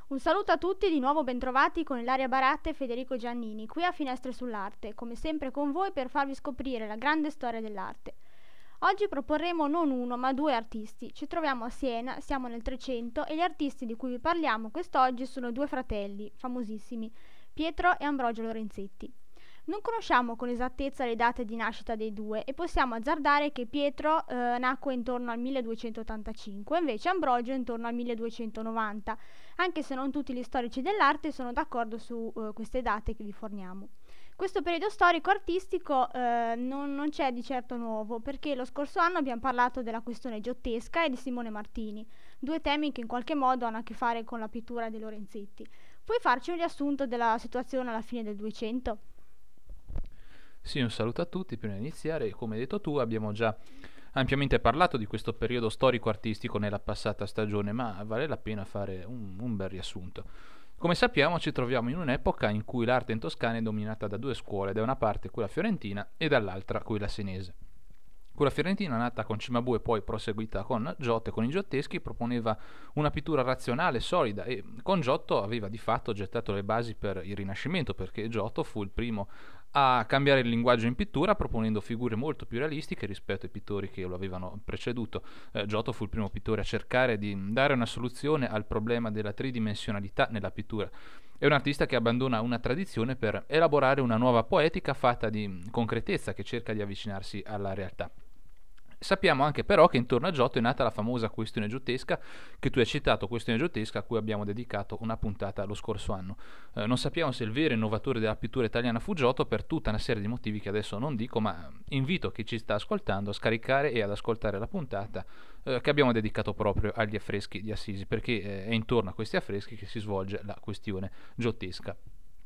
Un saluto a tutti, di nuovo bentrovati con Ilaria Baratta e Federico Giannini, qui a Finestre sull'Arte, come sempre con voi per farvi scoprire la grande storia dell'arte. Oggi proporremo non uno ma due artisti. Ci troviamo a Siena, siamo nel 300 e gli artisti di cui vi parliamo quest'oggi sono due fratelli, famosissimi, Pietro e Ambrogio Lorenzetti. Non conosciamo con esattezza le date di nascita dei due e possiamo azzardare che Pietro nacque intorno al 1285, invece Ambrogio intorno al 1290, anche se non tutti gli storici dell'arte sono d'accordo su queste date che vi forniamo. Questo periodo storico-artistico non c'è di certo nuovo, perché lo scorso anno abbiamo parlato della questione giottesca e di Simone Martini, due temi che in qualche modo hanno a che fare con la pittura dei Lorenzetti. Puoi farci un riassunto della situazione alla fine del 200? Sì, un saluto a tutti. Prima di iniziare, come hai detto tu, abbiamo già ampiamente parlato di questo periodo storico-artistico nella passata stagione, ma vale la pena fare un bel riassunto. Come sappiamo, ci troviamo in un'epoca in cui l'arte in Toscana è dominata da due scuole, da una parte quella fiorentina e dall'altra quella senese. Quella fiorentina, nata con Cimabue e poi proseguita con Giotto e con i giotteschi, proponeva una pittura razionale, solida, e con Giotto aveva di fatto gettato le basi per il Rinascimento, perché Giotto fu il primo a cambiare il linguaggio in pittura, proponendo figure molto più realistiche rispetto ai pittori che lo avevano preceduto. Giotto fu il primo pittore a cercare di dare una soluzione al problema della tridimensionalità nella pittura. È un artista che abbandona una tradizione per elaborare una nuova poetica fatta di concretezza, che cerca di avvicinarsi alla realtà. Sappiamo anche però che intorno a Giotto è nata la famosa questione giottesca, che tu hai citato, questione giottesca a cui abbiamo dedicato una puntata lo scorso anno. Non sappiamo se il vero innovatore della pittura italiana fu Giotto, per tutta una serie di motivi che adesso non dico, ma invito chi ci sta ascoltando a scaricare e ad ascoltare la puntata che abbiamo dedicato proprio agli affreschi di Assisi, perché è intorno a questi affreschi che si svolge la questione giottesca.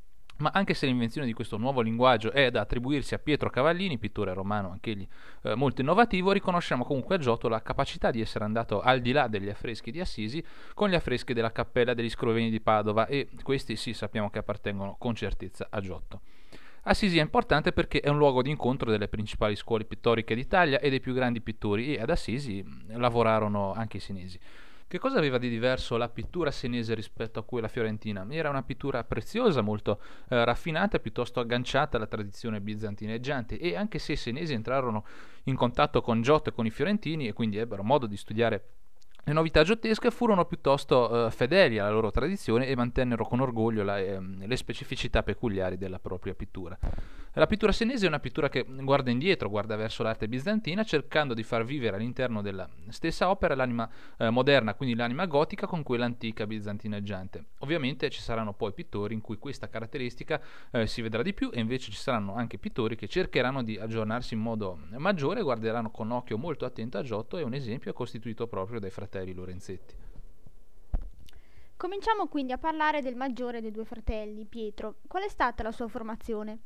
Ma anche se l'invenzione di questo nuovo linguaggio è da attribuirsi a Pietro Cavallini, pittore romano anch'egli molto innovativo, riconosciamo comunque a Giotto la capacità di essere andato al di là degli affreschi di Assisi con gli affreschi della Cappella degli Scrovegni di Padova, e questi sì sappiamo che appartengono con certezza a Giotto. Assisi è importante perché è un luogo di incontro delle principali scuole pittoriche d'Italia e dei più grandi pittori, e ad Assisi lavorarono anche i senesi. Che cosa aveva di diverso la pittura senese rispetto a quella fiorentina? Era una pittura preziosa, molto raffinata, piuttosto agganciata alla tradizione bizantineggiante, e anche se i senesi entrarono in contatto con Giotto e con i fiorentini e quindi ebbero modo di studiare le novità giottesche, furono piuttosto fedeli alla loro tradizione e mantennero con orgoglio le specificità peculiari della propria pittura. La pittura senese è una pittura che guarda indietro, guarda verso l'arte bizantina, cercando di far vivere all'interno della stessa opera l'anima moderna, quindi l'anima gotica, con quella antica bizantineggiante. Ovviamente ci saranno poi pittori in cui questa caratteristica si vedrà di più, e invece ci saranno anche pittori che cercheranno di aggiornarsi in modo maggiore e guarderanno con occhio molto attento a Giotto, e un esempio è costituito proprio dai fratelli Lorenzetti. Cominciamo quindi a parlare del maggiore dei due fratelli, Pietro. Qual è stata la sua formazione?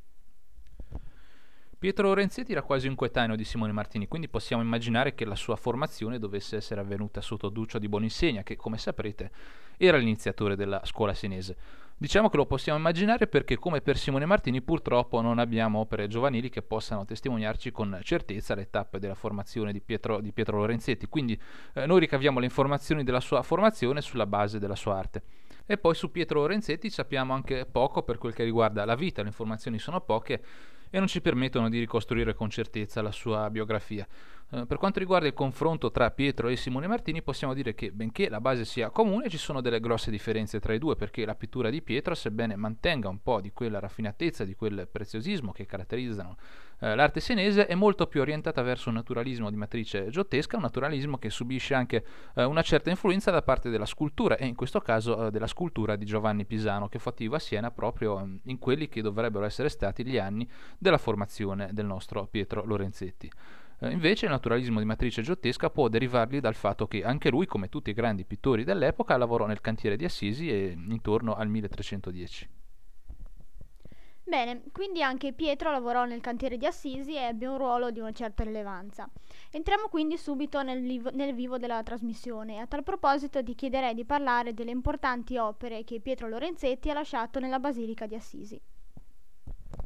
Pietro Lorenzetti era quasi un coetaneo di Simone Martini, quindi possiamo immaginare che la sua formazione dovesse essere avvenuta sotto Duccio di Boninsegna, che, come saprete, era l'iniziatore della scuola senese. Diciamo che lo possiamo immaginare perché, come per Simone Martini, purtroppo non abbiamo opere giovanili che possano testimoniarci con certezza le tappe della formazione di Pietro Lorenzetti, quindi noi ricaviamo le informazioni della sua formazione sulla base della sua arte. E poi su Pietro Lorenzetti sappiamo anche poco per quel che riguarda la vita, le informazioni sono poche e non ci permettono di ricostruire con certezza la sua biografia. Per quanto riguarda il confronto tra Pietro e Simone Martini, possiamo dire che, benché la base sia comune, ci sono delle grosse differenze tra i due, perché la pittura di Pietro, sebbene mantenga un po' di quella raffinatezza, di quel preziosismo che caratterizzano l'arte senese, è molto più orientata verso un naturalismo di matrice giottesca, un naturalismo che subisce anche una certa influenza da parte della scultura, e in questo caso della scultura di Giovanni Pisano, che fu attivo a Siena proprio in quelli che dovrebbero essere stati gli anni della formazione del nostro Pietro Lorenzetti. Invece il naturalismo di matrice giottesca può derivargli dal fatto che anche lui, come tutti i grandi pittori dell'epoca, lavorò nel cantiere di Assisi intorno al 1310. Bene, quindi anche Pietro lavorò nel cantiere di Assisi e ebbe un ruolo di una certa rilevanza. Entriamo quindi subito nel vivo della trasmissione, e a tal proposito ti chiederei di parlare delle importanti opere che Pietro Lorenzetti ha lasciato nella Basilica di Assisi.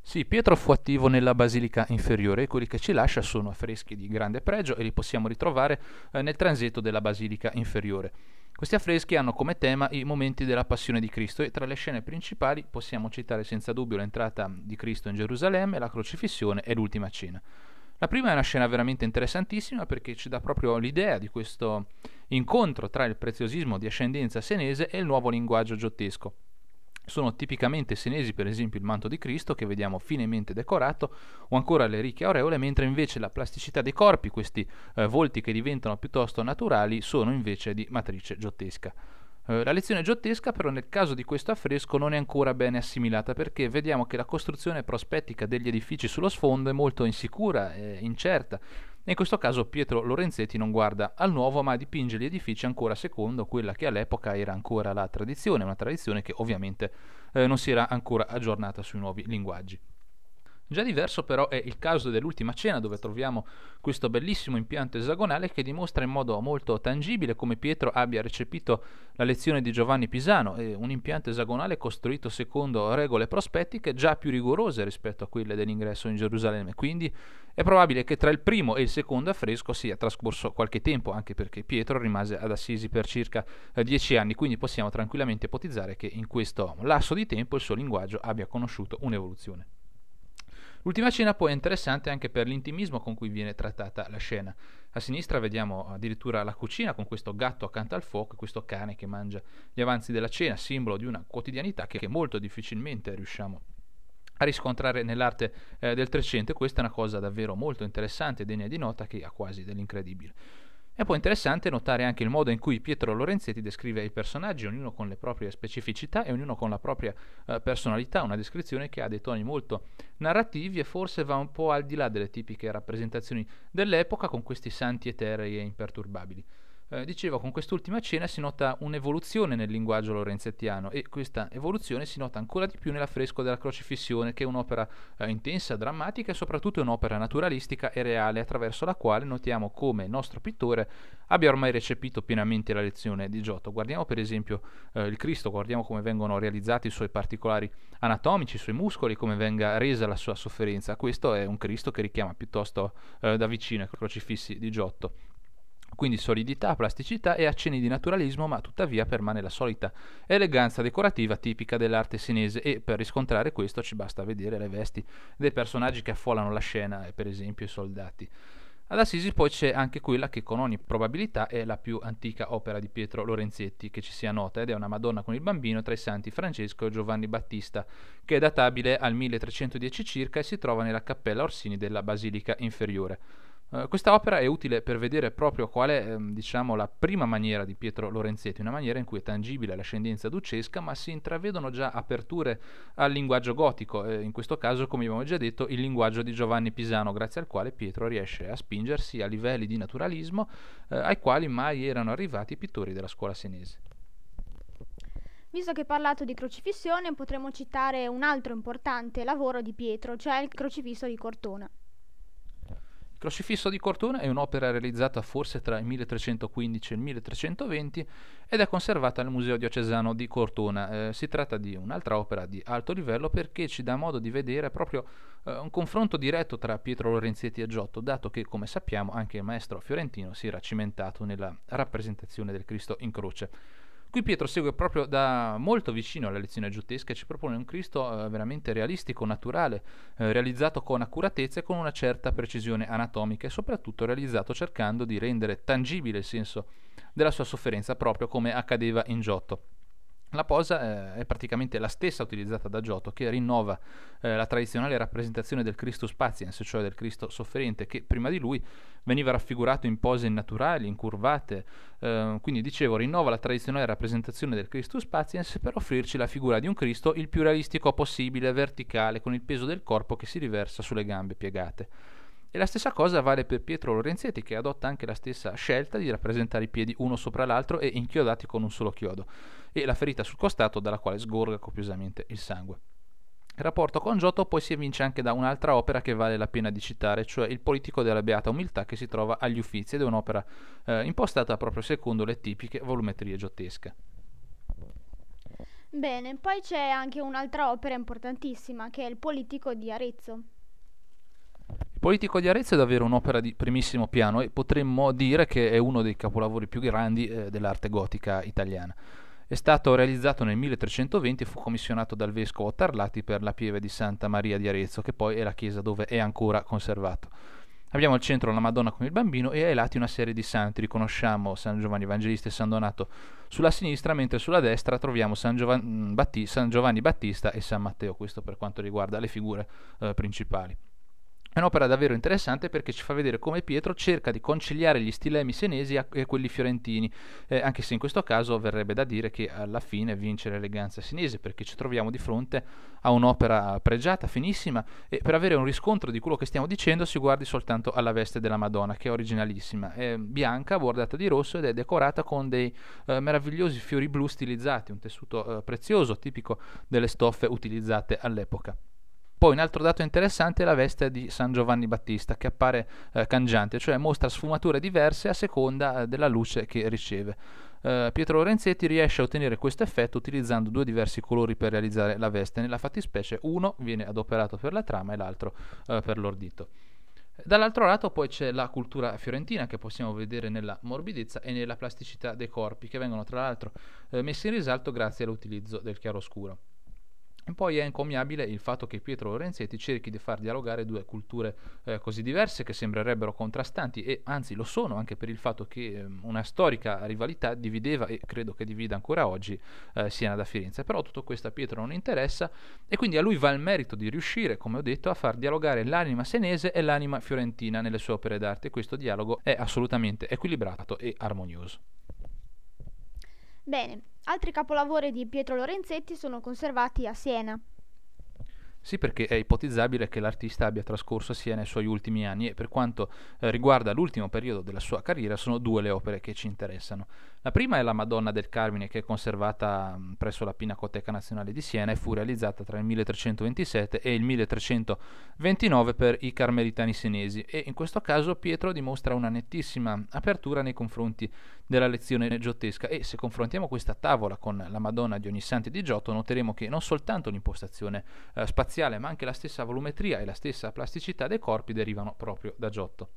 Sì, Pietro fu attivo nella basilica inferiore e quelli che ci lascia sono affreschi di grande pregio e li possiamo ritrovare nel transetto della basilica inferiore. Questi affreschi hanno come tema i momenti della passione di Cristo e tra le scene principali possiamo citare senza dubbio l'entrata di Cristo in Gerusalemme, la crocifissione e l'ultima cena. La prima è una scena veramente interessantissima perché ci dà proprio l'idea di questo incontro tra il preziosismo di ascendenza senese e il nuovo linguaggio giottesco. Sono tipicamente senesi per esempio il manto di Cristo che vediamo finemente decorato o ancora le ricche aureole, mentre invece la plasticità dei corpi, questi volti che diventano piuttosto naturali, sono invece di matrice giottesca. La lezione giottesca però nel caso di questo affresco non è ancora bene assimilata perché vediamo che la costruzione prospettica degli edifici sullo sfondo è molto insicura e incerta. E in questo caso Pietro Lorenzetti non guarda al nuovo ma dipinge gli edifici ancora secondo quella che all'epoca era ancora la tradizione, una tradizione che ovviamente non si era ancora aggiornata sui nuovi linguaggi. Già diverso però è il caso dell'ultima cena dove troviamo questo bellissimo impianto esagonale che dimostra in modo molto tangibile come Pietro abbia recepito la lezione di Giovanni Pisano, un impianto esagonale costruito secondo regole prospettiche già più rigorose rispetto a quelle dell'ingresso in Gerusalemme, quindi è probabile che tra il primo e il secondo affresco sia trascorso qualche tempo, anche perché Pietro rimase ad Assisi per circa 10 anni, quindi possiamo tranquillamente ipotizzare che in questo lasso di tempo il suo linguaggio abbia conosciuto un'evoluzione. L'ultima cena poi è interessante anche per l'intimismo con cui viene trattata la scena. A sinistra vediamo addirittura la cucina con questo gatto accanto al fuoco e questo cane che mangia gli avanzi della cena, simbolo di una quotidianità che molto difficilmente riusciamo a riscontrare nell'arte del Trecento. Questa è una cosa davvero molto interessante e degna di nota che ha quasi dell'incredibile. È poi interessante notare anche il modo in cui Pietro Lorenzetti descrive i personaggi, ognuno con le proprie specificità e ognuno con la propria personalità, una descrizione che ha dei toni molto narrativi e forse va un po' al di là delle tipiche rappresentazioni dell'epoca con questi santi eterei e imperturbabili. Dicevo, con quest'ultima cena si nota un'evoluzione nel linguaggio lorenzettiano e questa evoluzione si nota ancora di più nell'affresco della crocifissione, che è un'opera intensa, drammatica e soprattutto un'opera naturalistica e reale attraverso la quale notiamo come il nostro pittore abbia ormai recepito pienamente la lezione di Giotto. Guardiamo per esempio il Cristo, guardiamo come vengono realizzati i suoi particolari anatomici, i suoi muscoli, come venga resa la sua sofferenza. Questo è un Cristo che richiama piuttosto da vicino i crocifissi di Giotto. Quindi solidità, plasticità e accenni di naturalismo, ma tuttavia permane la solita eleganza decorativa tipica dell'arte senese e per riscontrare questo ci basta vedere le vesti dei personaggi che affollano la scena, per esempio i soldati. Ad Assisi poi c'è anche quella che con ogni probabilità è la più antica opera di Pietro Lorenzetti che ci sia nota ed è una Madonna con il bambino tra i santi Francesco e Giovanni Battista, che è databile al 1310 circa e si trova nella cappella Orsini della Basilica Inferiore. Questa opera è utile per vedere proprio qual è la prima maniera di Pietro Lorenzetti, una maniera in cui è tangibile l'ascendenza ducesca ma si intravedono già aperture al linguaggio gotico, in questo caso come abbiamo già detto il linguaggio di Giovanni Pisano, grazie al quale Pietro riesce a spingersi a livelli di naturalismo ai quali mai erano arrivati i pittori della scuola senese. Visto che hai parlato di crocifissione, potremmo citare un altro importante lavoro di Pietro, cioè il Crocifisso di Cortona. Il Crocifisso di Cortona è un'opera realizzata forse tra il 1315 e il 1320 ed è conservata al Museo Diocesano di Cortona. Si tratta di un'altra opera di alto livello perché ci dà modo di vedere proprio un confronto diretto tra Pietro Lorenzetti e Giotto, dato che, come sappiamo, anche il maestro fiorentino si era cimentato nella rappresentazione del Cristo in croce. Qui Pietro segue proprio da molto vicino alla lezione giottesca e ci propone un Cristo veramente realistico, naturale, realizzato con accuratezza e con una certa precisione anatomica e soprattutto realizzato cercando di rendere tangibile il senso della sua sofferenza proprio come accadeva in Giotto. La posa è praticamente la stessa utilizzata da Giotto, che rinnova la tradizionale rappresentazione del Christus patiens, cioè del Cristo sofferente, che prima di lui veniva raffigurato in pose innaturali, incurvate, quindi dicevo rinnova la tradizionale rappresentazione del Christus patiens per offrirci la figura di un Cristo il più realistico possibile, verticale, con il peso del corpo che si riversa sulle gambe piegate. E la stessa cosa vale per Pietro Lorenzetti, che adotta anche la stessa scelta di rappresentare i piedi uno sopra l'altro e inchiodati con un solo chiodo, e la ferita sul costato dalla quale sgorga copiosamente il sangue. Il rapporto con Giotto poi si evince anche da un'altra opera che vale la pena di citare, cioè Il Politico della Beata Umiltà, che si trova agli Uffizi ed è un'opera impostata proprio secondo le tipiche volumetrie giottesche. Bene, poi c'è anche un'altra opera importantissima che è Il Politico di Arezzo. Il Politico di Arezzo è davvero un'opera di primissimo piano e potremmo dire che è uno dei capolavori più grandi dell'arte gotica italiana. È stato realizzato nel 1320 e fu commissionato dal vescovo Tarlati per la pieve di Santa Maria di Arezzo, che poi è la chiesa dove è ancora conservato. Abbiamo al centro la Madonna con il bambino e ai lati una serie di santi. Riconosciamo San Giovanni Evangelista e San Donato sulla sinistra, mentre sulla destra troviamo San Giovanni Battista e San Matteo, questo per quanto riguarda le figure principali. È un'opera davvero interessante perché ci fa vedere come Pietro cerca di conciliare gli stilemi senesi e quelli fiorentini, anche se in questo caso verrebbe da dire che alla fine vince l'eleganza senese, perché ci troviamo di fronte a un'opera pregiata, finissima, e per avere un riscontro di quello che stiamo dicendo si guardi soltanto alla veste della Madonna, che è originalissima, è bianca, bordata di rosso ed è decorata con dei meravigliosi fiori blu stilizzati, un tessuto prezioso, tipico delle stoffe utilizzate all'epoca. Poi un altro dato interessante è la veste di San Giovanni Battista, che appare cangiante, cioè mostra sfumature diverse a seconda della luce che riceve. Pietro Lorenzetti riesce a ottenere questo effetto utilizzando due diversi colori per realizzare la veste. Nella fattispecie uno viene adoperato per la trama e l'altro per l'ordito. Dall'altro lato poi c'è la cultura fiorentina, che possiamo vedere nella morbidezza e nella plasticità dei corpi, che vengono tra l'altro messi in risalto grazie all'utilizzo del chiaroscuro. E poi è encomiabile il fatto che Pietro Lorenzetti cerchi di far dialogare due culture così diverse che sembrerebbero contrastanti, e anzi lo sono, anche per il fatto che una storica rivalità divideva, e credo che divida ancora oggi, Siena da Firenze. Però tutto questo a Pietro non interessa, e quindi a lui va il merito di riuscire, come ho detto, a far dialogare l'anima senese e l'anima fiorentina nelle sue opere d'arte, e questo dialogo è assolutamente equilibrato e armonioso. Bene, altri capolavori di Pietro Lorenzetti sono conservati a Siena. Sì, perché è ipotizzabile che l'artista abbia trascorso a Siena i suoi ultimi anni, e per quanto riguarda l'ultimo periodo della sua carriera sono due le opere che ci interessano. La prima è la Madonna del Carmine, che è conservata presso la Pinacoteca Nazionale di Siena e fu realizzata tra il 1327 e il 1329 per i Carmelitani senesi, e in questo caso Pietro dimostra una nettissima apertura nei confronti della lezione giottesca, e se confrontiamo questa tavola con la Madonna di Ognissanti di Giotto noteremo che non soltanto l'impostazione spaziale, ma anche la stessa volumetria e la stessa plasticità dei corpi derivano proprio da Giotto.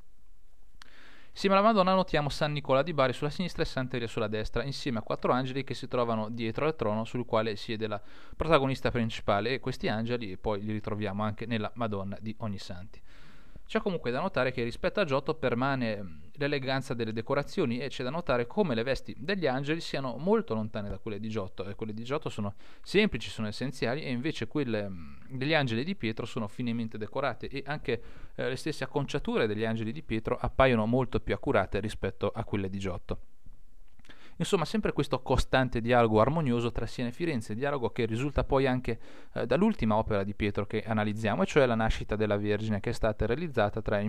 Insieme alla Madonna notiamo San Nicola di Bari sulla sinistra e Sant'Elia sulla destra, insieme a quattro angeli che si trovano dietro al trono sul quale siede la protagonista principale, e questi angeli poi li ritroviamo anche nella Madonna di Ognissanti. C'è comunque da notare che rispetto a Giotto permane l'eleganza delle decorazioni, e c'è da notare come le vesti degli angeli siano molto lontane da quelle di Giotto, e quelle di Giotto sono semplici, sono essenziali, e invece quelle degli angeli di Pietro sono finemente decorate, e anche le stesse acconciature degli angeli di Pietro appaiono molto più accurate rispetto a quelle di Giotto. Insomma, sempre questo costante dialogo armonioso tra Siena e Firenze, dialogo che risulta poi anche dall'ultima opera di Pietro che analizziamo, e cioè La nascita della Vergine, che è stata realizzata tra il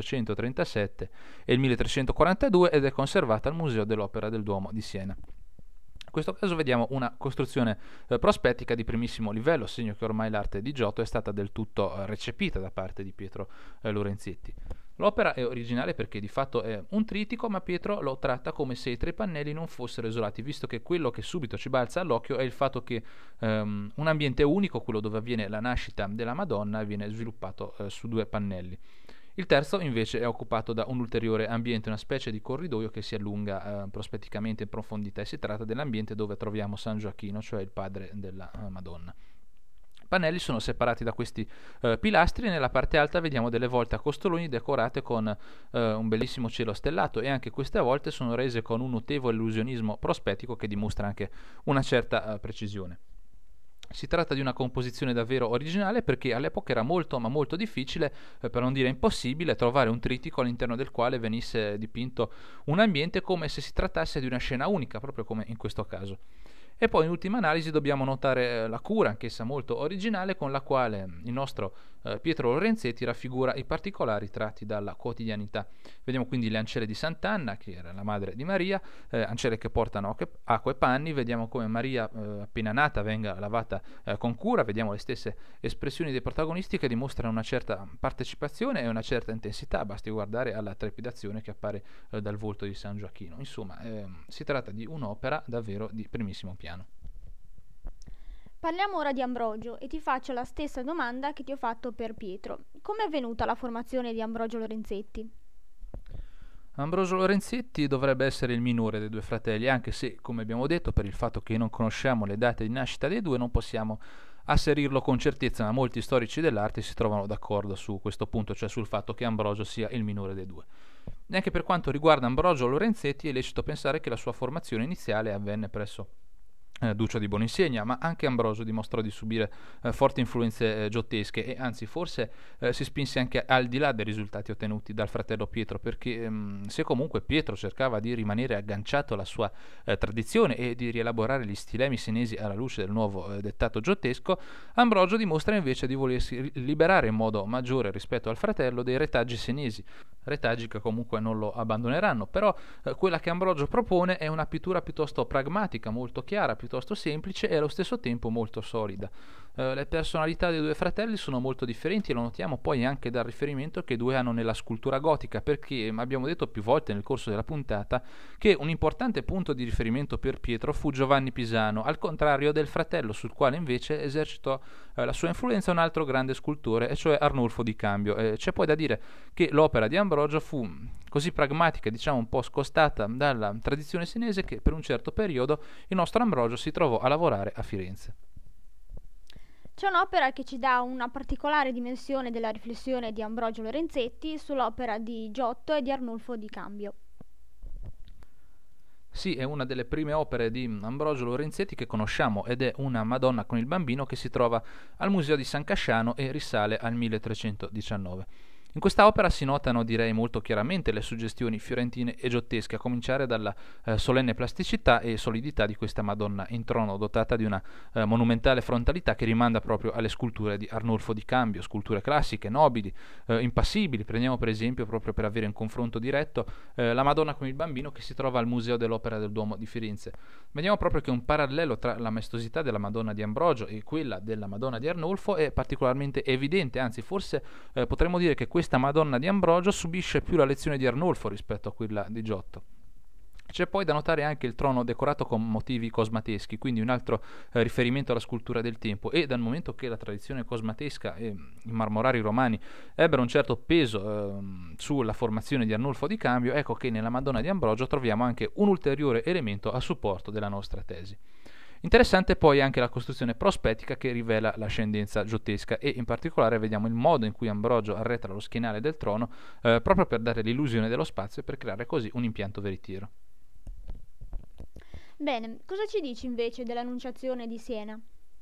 1337 e il 1342 ed è conservata al Museo dell'Opera del Duomo di Siena. In questo caso vediamo una costruzione prospettica di primissimo livello, segno che ormai l'arte di Giotto è stata del tutto recepita da parte di Pietro Lorenzetti. L'opera è originale perché di fatto è un trittico, ma Pietro lo tratta come se i tre pannelli non fossero isolati, visto che quello che subito ci balza all'occhio è il fatto che un ambiente unico, quello dove avviene la nascita della Madonna, viene sviluppato su due pannelli. Il terzo invece è occupato da un ulteriore ambiente, una specie di corridoio che si allunga prospetticamente in profondità, e si tratta dell'ambiente dove troviamo San Gioacchino, cioè il padre della Madonna. I pannelli sono separati da questi pilastri, e nella parte alta vediamo delle volte a costoloni decorate con un bellissimo cielo stellato, e anche queste volte sono rese con un notevole illusionismo prospettico che dimostra anche una certa precisione. Si tratta di una composizione davvero originale, perché all'epoca era molto ma molto difficile, per non dire impossibile, trovare un trittico all'interno del quale venisse dipinto un ambiente come se si trattasse di una scena unica, proprio come in questo caso. E poi in ultima analisi dobbiamo notare la cura, anch'essa molto originale, con la quale il nostro Pietro Lorenzetti raffigura i particolari tratti dalla quotidianità. Vediamo quindi le ancelle di Sant'Anna, che era la madre di Maria, ancelle che portano acqua e panni. Vediamo come Maria appena nata venga lavata con cura, vediamo le stesse espressioni dei protagonisti che dimostrano una certa partecipazione e una certa intensità, basti guardare alla trepidazione che appare dal volto di San Gioacchino. Insomma, si tratta di un'opera davvero di primissimo piano. Parliamo ora di Ambrogio e ti faccio la stessa domanda che ti ho fatto per Pietro. Come è avvenuta la formazione di Ambrogio Lorenzetti? Ambrogio Lorenzetti dovrebbe essere il minore dei due fratelli, anche se, come abbiamo detto, per il fatto che non conosciamo le date di nascita dei due, non possiamo asserirlo con certezza, ma molti storici dell'arte si trovano d'accordo su questo punto, cioè sul fatto che Ambrogio sia il minore dei due. Neanche per quanto riguarda Ambrogio Lorenzetti è lecito pensare che la sua formazione iniziale avvenne presso Duccio di Boninsegna, ma anche Ambrogio dimostrò di subire forti influenze giottesche e anzi forse si spinse anche al di là dei risultati ottenuti dal fratello Pietro, perché se comunque Pietro cercava di rimanere agganciato alla sua tradizione e di rielaborare gli stilemi senesi alla luce del nuovo dettato giottesco, Ambrogio dimostra invece di volersi liberare in modo maggiore rispetto al fratello dei retaggi senesi, retaggi che comunque non lo abbandoneranno, però quella che Ambrogio propone è una pittura piuttosto pragmatica, molto chiara, piuttosto semplice e allo stesso tempo molto solida. Le personalità dei due fratelli sono molto differenti e lo notiamo poi anche dal riferimento che i due hanno nella scultura gotica, perché abbiamo detto più volte nel corso della puntata che un importante punto di riferimento per Pietro fu Giovanni Pisano, al contrario del fratello, sul quale invece esercitò la sua influenza un altro grande scultore, e cioè Arnulfo di Cambio. C'è poi da dire che l'opera di Ambrogio fu così pragmatica, diciamo un po' scostata dalla tradizione senese, che per un certo periodo il nostro Ambrogio si trovò a lavorare a Firenze. C'è un'opera che ci dà una particolare dimensione della riflessione di Ambrogio Lorenzetti sull'opera di Giotto e di Arnulfo di Cambio. Sì, è una delle prime opere di Ambrogio Lorenzetti che conosciamo ed è una Madonna con il Bambino che si trova al Museo di San Casciano e risale al 1319. In questa opera si notano, direi molto chiaramente, le suggestioni fiorentine e giottesche, a cominciare dalla solenne plasticità e solidità di questa Madonna in trono, dotata di una monumentale frontalità che rimanda proprio alle sculture di Arnulfo di Cambio, sculture classiche, nobili, impassibili. Prendiamo per esempio, proprio per avere un confronto diretto, la Madonna con il Bambino che si trova al Museo dell'Opera del Duomo di Firenze. Vediamo proprio che un parallelo tra la maestosità della Madonna di Ambrogio e quella della Madonna di Arnulfo è particolarmente evidente, anzi forse potremmo dire che questa Madonna di Ambrogio subisce più la lezione di Arnulfo rispetto a quella di Giotto. C'è poi da notare anche il trono decorato con motivi cosmateschi, quindi un altro riferimento alla scultura del tempo, e dal momento che la tradizione cosmatesca e i marmorari romani ebbero un certo peso sulla formazione di Arnulfo di Cambio, ecco che nella Madonna di Ambrogio troviamo anche un ulteriore elemento a supporto della nostra tesi. Interessante poi anche la costruzione prospettica che rivela l'ascendenza giottesca, e in particolare vediamo il modo in cui Ambrogio arretra lo schienale del trono proprio per dare l'illusione dello spazio e per creare così un impianto veritiero. Bene, cosa ci dici invece dell'Annunciazione di Siena?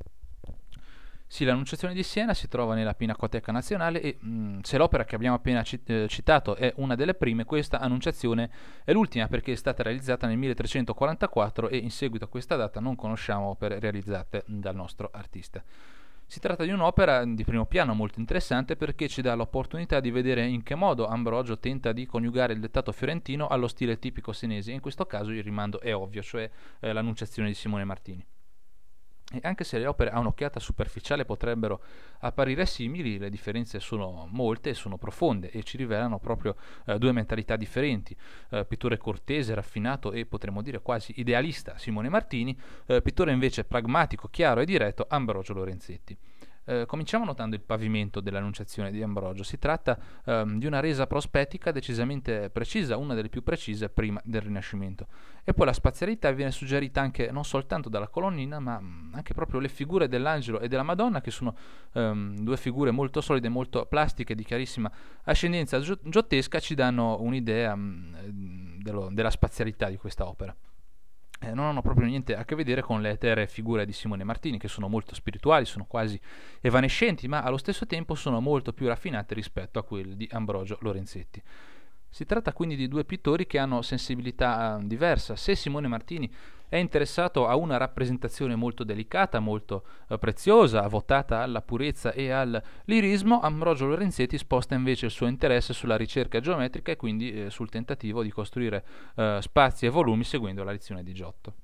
Sì, l'Annunciazione di Siena si trova nella Pinacoteca Nazionale e se l'opera che abbiamo appena citato è una delle prime, questa Annunciazione è l'ultima, perché è stata realizzata nel 1344 e in seguito a questa data non conosciamo opere realizzate dal nostro artista. Si tratta di un'opera di primo piano molto interessante, perché ci dà l'opportunità di vedere in che modo Ambrogio tenta di coniugare il dettato fiorentino allo stile tipico senese, e in questo caso il rimando è ovvio, cioè l'Annunciazione di Simone Martini. E anche se le opere a un'occhiata superficiale potrebbero apparire simili, le differenze sono molte e sono profonde e ci rivelano proprio due mentalità differenti. Pittore cortese, raffinato e potremmo dire quasi idealista Simone Martini, pittore invece pragmatico, chiaro e diretto Ambrogio Lorenzetti. Cominciamo notando il pavimento dell'Annunciazione di Ambrogio. Si tratta di una resa prospettica decisamente precisa, una delle più precise prima del Rinascimento. E poi la spazialità viene suggerita anche non soltanto dalla colonnina, ma anche proprio le figure dell'angelo e della Madonna, che sono due figure molto solide, molto plastiche, di chiarissima ascendenza giottesca, ci danno un'idea della spazialità di questa opera. Non hanno proprio niente a che vedere con le eteree figure di Simone Martini, che sono molto spirituali, sono quasi evanescenti, ma allo stesso tempo sono molto più raffinate rispetto a quelle di Ambrogio Lorenzetti. Si tratta quindi di due pittori che hanno sensibilità diversa. Se Simone Martini è interessato a una rappresentazione molto delicata, molto preziosa, votata alla purezza e al lirismo, Ambrogio Lorenzetti sposta invece il suo interesse sulla ricerca geometrica e quindi sul tentativo di costruire spazi e volumi seguendo la lezione di Giotto.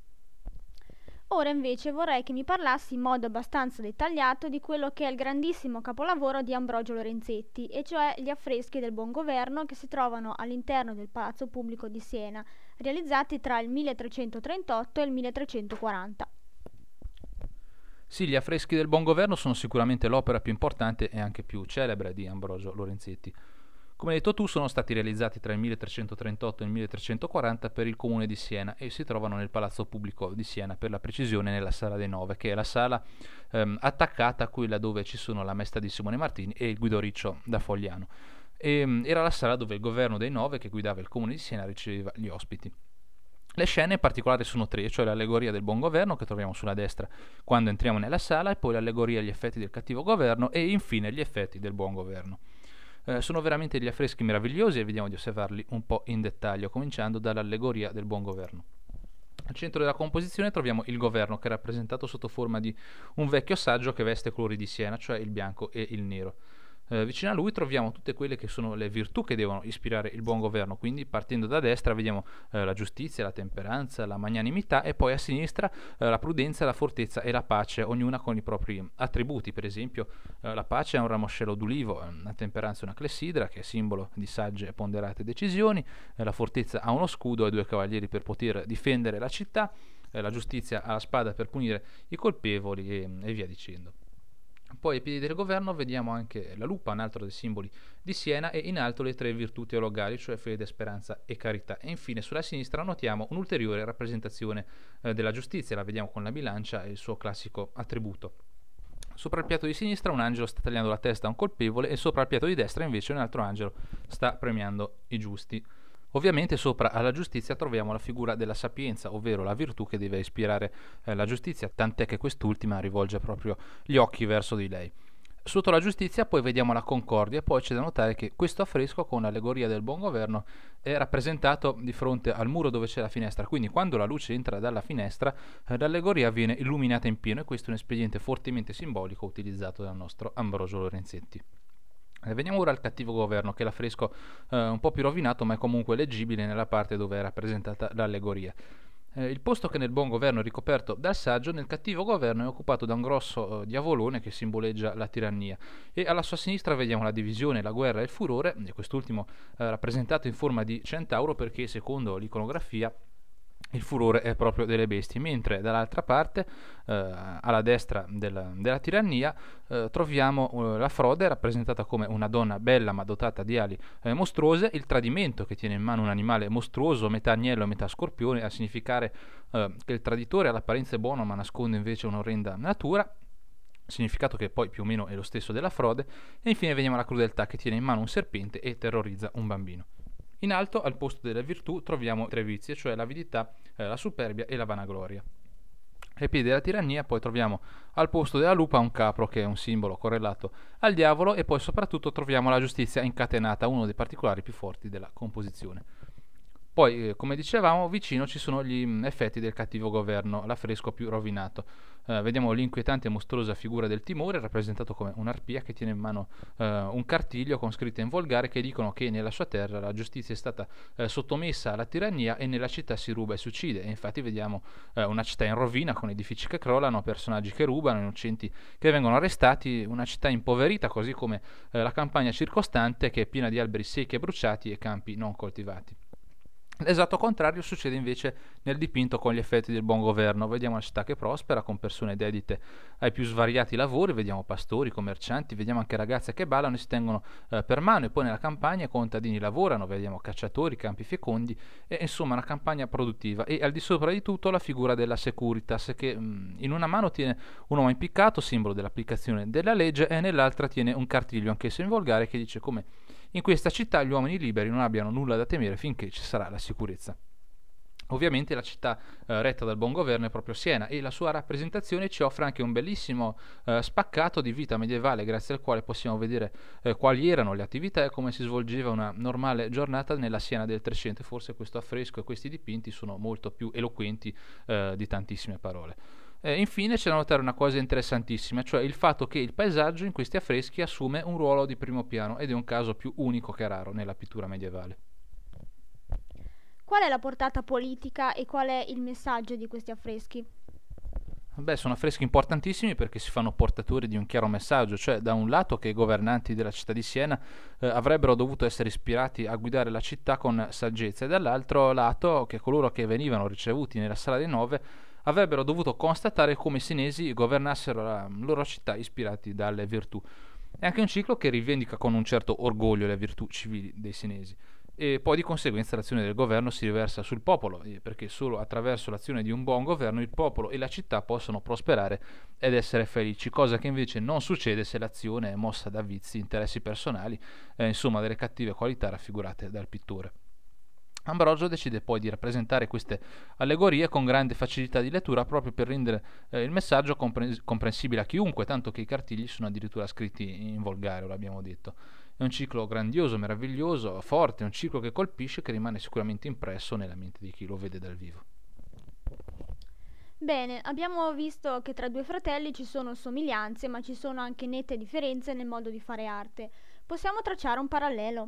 Ora invece vorrei che mi parlassi in modo abbastanza dettagliato di quello che è il grandissimo capolavoro di Ambrogio Lorenzetti, e cioè gli affreschi del Buon Governo che si trovano all'interno del Palazzo Pubblico di Siena, realizzati tra il 1338 e il 1340. Sì, gli affreschi del Buon Governo sono sicuramente l'opera più importante e anche più celebre di Ambrogio Lorenzetti. Come hai detto tu, sono stati realizzati tra il 1338 e il 1340 per il comune di Siena e si trovano nel Palazzo Pubblico di Siena, per la precisione nella Sala dei Nove, che è la sala attaccata a quella dove ci sono la Mesta di Simone Martini e il Guido Riccio da Fogliano. Era la sala dove il governo dei Nove, che guidava il comune di Siena, riceveva gli ospiti. Le scene in particolare sono tre, cioè l'allegoria del buon governo che troviamo sulla destra quando entriamo nella sala, e poi l'allegoria agli effetti del cattivo governo e infine gli effetti del buon governo. Sono veramente degli affreschi meravigliosi e vediamo di osservarli un po' in dettaglio, cominciando dall'allegoria del buon governo. Al centro della composizione troviamo il governo, che è rappresentato sotto forma di un vecchio saggio che veste colori di Siena, cioè il bianco e il nero. Vicino a lui troviamo tutte quelle che sono le virtù che devono ispirare il buon governo, quindi partendo da destra vediamo la giustizia, la temperanza, la magnanimità, e poi a sinistra la prudenza, la fortezza e la pace, ognuna con i propri attributi. Per esempio la pace è un ramoscello d'ulivo, la temperanza è una clessidra che è simbolo di sagge e ponderate decisioni, la fortezza ha uno scudo e due cavalieri per poter difendere la città, la giustizia ha la spada per punire i colpevoli e via dicendo. Poi ai piedi del governo vediamo anche la lupa, un altro dei simboli di Siena, e in alto le tre virtù teologali, cioè fede, speranza e carità. E infine sulla sinistra notiamo un'ulteriore rappresentazione della giustizia, la vediamo con la bilancia e il suo classico attributo. Sopra il piatto di sinistra un angelo sta tagliando la testa a un colpevole e sopra il piatto di destra invece un altro angelo sta premiando i giusti. Ovviamente sopra alla giustizia troviamo la figura della sapienza, ovvero la virtù che deve ispirare la giustizia, tant'è che quest'ultima rivolge proprio gli occhi verso di lei. Sotto la giustizia poi vediamo la concordia, e poi c'è da notare che questo affresco con l'allegoria del buon governo è rappresentato di fronte al muro dove c'è la finestra, quindi quando la luce entra dalla finestra l'allegoria viene illuminata in pieno, e questo è un espediente fortemente simbolico utilizzato dal nostro Ambrogio Lorenzetti. Veniamo ora al cattivo governo, che è l'affresco un po' più rovinato, ma è comunque leggibile nella parte dove è rappresentata l'allegoria. Il posto che nel buon governo è ricoperto dal saggio, nel cattivo governo è occupato da un grosso diavolone che simboleggia la tirannia, e alla sua sinistra vediamo la divisione, la guerra e il furore, e quest'ultimo rappresentato in forma di centauro perché secondo l'iconografia il furore è proprio delle bestie, mentre dall'altra parte, alla destra della tirannia, troviamo la frode rappresentata come una donna bella ma dotata di ali mostruose, il tradimento che tiene in mano un animale mostruoso, metà agnello e metà scorpione, a significare che il traditore all'apparenza è buono ma nasconde invece un'orrenda natura, significato che poi più o meno è lo stesso della frode, e infine vediamo la crudeltà che tiene in mano un serpente e terrorizza un bambino. In alto, al posto della virtù, troviamo tre vizi, cioè l'avidità, la superbia e la vanagloria. Ai piedi della tirannia poi troviamo al posto della lupa un capro, che è un simbolo correlato al diavolo, e poi soprattutto troviamo la giustizia incatenata, uno dei particolari più forti della composizione. Poi, come dicevamo, vicino ci sono gli effetti del cattivo governo, l'affresco più rovinato. Vediamo l'inquietante e mostruosa figura del timore, rappresentato come un'arpia che tiene in mano un cartiglio con scritte in volgare che dicono che nella sua terra la giustizia è stata sottomessa alla tirannia e nella città si ruba e si uccide. E infatti vediamo una città in rovina, con edifici che crollano, personaggi che rubano, innocenti che vengono arrestati, una città impoverita, così come la campagna circostante, che è piena di alberi secchi e bruciati e campi non coltivati. L'esatto contrario succede invece nel dipinto con gli effetti del buon governo. Vediamo una città che prospera, con persone dedite ai più svariati lavori, vediamo pastori, commercianti, vediamo anche ragazze che ballano e si tengono per mano, e poi nella campagna i contadini lavorano, vediamo cacciatori, campi fecondi, e insomma una campagna produttiva. E al di sopra di tutto la figura della Securitas, che in una mano tiene un uomo impiccato, simbolo dell'applicazione della legge, e nell'altra tiene un cartiglio, anch'esso in volgare, che dice come in questa città gli uomini liberi non abbiano nulla da temere finché ci sarà la sicurezza. Ovviamente la città retta dal buon governo è proprio Siena, e la sua rappresentazione ci offre anche un bellissimo spaccato di vita medievale, grazie al quale possiamo vedere quali erano le attività e come si svolgeva una normale giornata nella Siena del Trecento. Forse questo affresco e questi dipinti sono molto più eloquenti di tantissime parole. Infine c'è da notare una cosa interessantissima, cioè il fatto che il paesaggio in questi affreschi assume un ruolo di primo piano, ed è un caso più unico che raro nella pittura medievale. Qual è la portata politica e qual è il messaggio di questi affreschi? Beh, sono affreschi importantissimi perché si fanno portatori di un chiaro messaggio, cioè da un lato che i governanti della città di Siena avrebbero dovuto essere ispirati a guidare la città con saggezza, e dall'altro lato che coloro che venivano ricevuti nella Sala dei Nove avrebbero dovuto constatare come i senesi governassero la loro città ispirati dalle virtù. È anche un ciclo che rivendica con un certo orgoglio le virtù civili dei senesi. E poi di conseguenza l'azione del governo si riversa sul popolo, perché solo attraverso l'azione di un buon governo il popolo e la città possono prosperare ed essere felici, cosa che invece non succede se l'azione è mossa da vizi, interessi personali, insomma delle cattive qualità raffigurate dal pittore. Ambrogio decide poi di rappresentare queste allegorie con grande facilità di lettura proprio per rendere il messaggio comprensibile a chiunque, tanto che i cartigli sono addirittura scritti in volgare, lo abbiamo detto. È un ciclo grandioso, meraviglioso, forte, un ciclo che colpisce e che rimane sicuramente impresso nella mente di chi lo vede dal vivo. Bene, abbiamo visto che tra due fratelli ci sono somiglianze, ma ci sono anche nette differenze nel modo di fare arte. Possiamo tracciare un parallelo?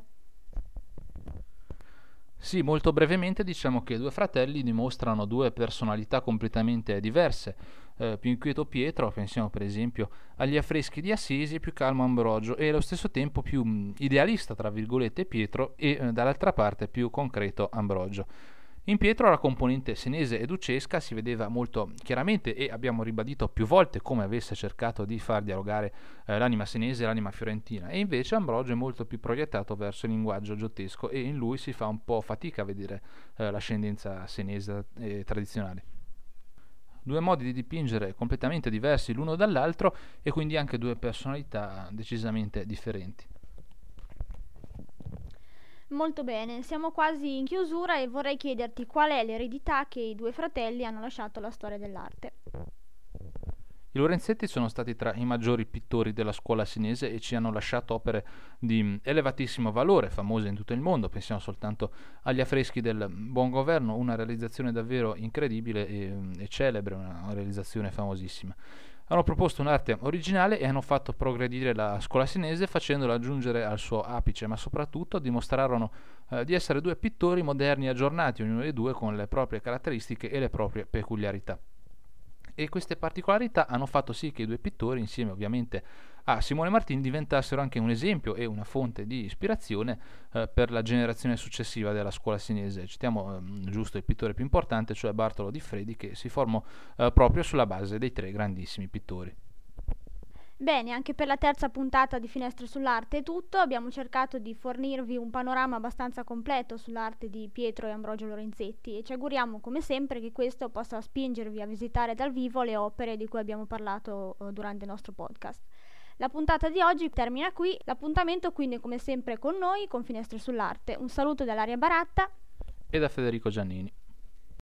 Sì, molto brevemente diciamo che i due fratelli dimostrano due personalità completamente diverse. Più inquieto Pietro, pensiamo per esempio agli affreschi di Assisi, più calmo Ambrogio e allo stesso tempo più idealista, tra virgolette, Pietro e dall'altra parte più concreto Ambrogio. In Pietro la componente senese e ducesca si vedeva molto chiaramente e abbiamo ribadito più volte come avesse cercato di far dialogare l'anima senese e l'anima fiorentina, e invece Ambrogio è molto più proiettato verso il linguaggio giottesco e in lui si fa un po' fatica a vedere l'ascendenza senese tradizionale. Due modi di dipingere completamente diversi l'uno dall'altro e quindi anche due personalità decisamente differenti. Molto bene, siamo quasi in chiusura e vorrei chiederti qual è l'eredità che i due fratelli hanno lasciato alla storia dell'arte. I Lorenzetti sono stati tra i maggiori pittori della scuola senese e ci hanno lasciato opere di elevatissimo valore, famose in tutto il mondo. Pensiamo soltanto agli affreschi del Buon Governo, una realizzazione davvero incredibile e celebre, una realizzazione famosissima. Hanno proposto un'arte originale e hanno fatto progredire la scuola senese facendola giungere al suo apice, ma soprattutto dimostrarono di essere due pittori moderni e aggiornati, ognuno dei due con le proprie caratteristiche e le proprie peculiarità. E queste particolarità hanno fatto sì che i due pittori, insieme ovviamente a Simone Martini, diventassero anche un esempio e una fonte di ispirazione per la generazione successiva della scuola senese. Citiamo giusto il pittore più importante, cioè Bartolo di Fredi, che si formò proprio sulla base dei tre grandissimi pittori. Bene, anche per la terza puntata di Finestre sull'Arte è tutto. Abbiamo cercato di fornirvi un panorama abbastanza completo sull'arte di Pietro e Ambrogio Lorenzetti e ci auguriamo come sempre che questo possa spingervi a visitare dal vivo le opere di cui abbiamo parlato durante il nostro podcast. La puntata di oggi termina qui, l'appuntamento quindi come sempre con noi, con Finestre sull'Arte. Un saluto da Ilaria Baratta E da Federico Giannini.